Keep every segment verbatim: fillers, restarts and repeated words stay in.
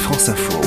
France Info.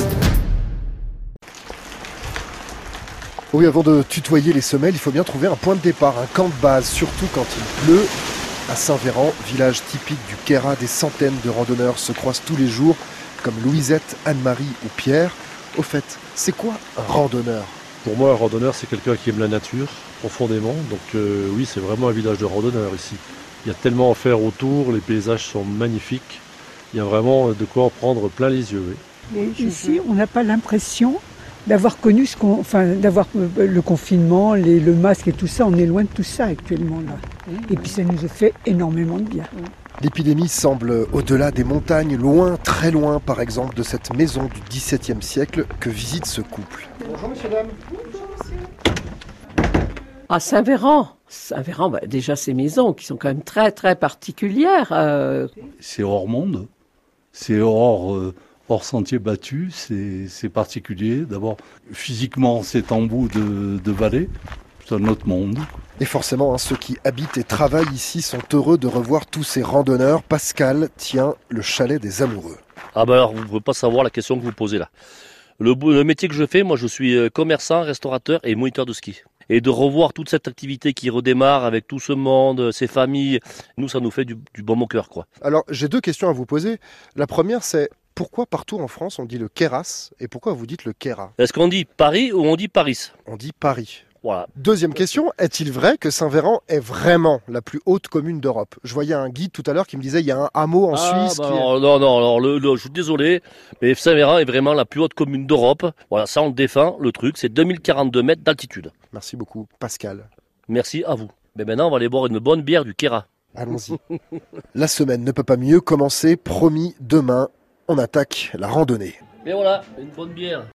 Oui, avant de tutoyer les semelles, il faut bien trouver un point de départ, un camp de base, surtout quand il pleut. À Saint-Véran, village typique du Queyras, des centaines de randonneurs se croisent tous les jours, comme Louisette, Anne-Marie ou Pierre. Au fait, c'est quoi un randonneur ? Pour moi, un randonneur, c'est quelqu'un qui aime la nature profondément. Donc euh, oui, c'est vraiment un village de randonneurs ici. Il y a tellement à faire autour, les paysages sont magnifiques. Il y a vraiment de quoi en prendre plein les yeux. Oui. Et ici, on n'a pas l'impression d'avoir connu ce qu'on, enfin, d'avoir le confinement, les, le masque et tout ça. On est loin de tout ça actuellement là. Et puis ça nous a fait énormément de bien. L'épidémie semble au-delà des montagnes, loin, très loin, par exemple, de cette maison du dix-septième siècle que visite ce couple. Bonjour, monsieur, dame. Bonjour, monsieur. À Saint-Véran, Saint-Véran, bah, déjà ces maisons qui sont quand même très, très particulières. Euh... C'est hors monde, c'est hors, euh, hors sentier battu, c'est, c'est particulier. D'abord, physiquement, c'est en bout de, de vallée, c'est un autre monde. Et forcément, hein, ceux qui habitent et travaillent ici sont heureux de revoir tous ces randonneurs. Pascal tient le chalet des amoureux. Ah ben alors, vous ne pouvez pas savoir la question que vous posez là. Le, le métier que je fais, moi je suis commerçant, restaurateur et moniteur de ski. Et de revoir toute cette activité qui redémarre avec tout ce monde, ces familles, nous ça nous fait du, du bon au cœur, quoi. Alors j'ai deux questions à vous poser. La première c'est pourquoi partout en France on dit le Queyras et pourquoi vous dites le Queyras ? Est-ce qu'on dit Paris ou on dit Paris ? On dit Paris. Voilà. Deuxième question, est-il vrai que Saint-Véran est vraiment la plus haute commune d'Europe ? Je voyais un guide tout à l'heure qui me disait il y a un hameau en ah, Suisse bah qui non, est... non, non, alors, le, le, je suis désolé, mais Saint-Véran est vraiment la plus haute commune d'Europe. Voilà, ça on le défend, le truc, c'est deux mille quarante-deux mètres d'altitude. Merci beaucoup, Pascal. Merci à vous. Mais maintenant, on va aller boire une bonne bière du Queyras. Allons-y. La semaine ne peut pas mieux commencer, promis, demain, on attaque la randonnée. Mais voilà, une bonne bière.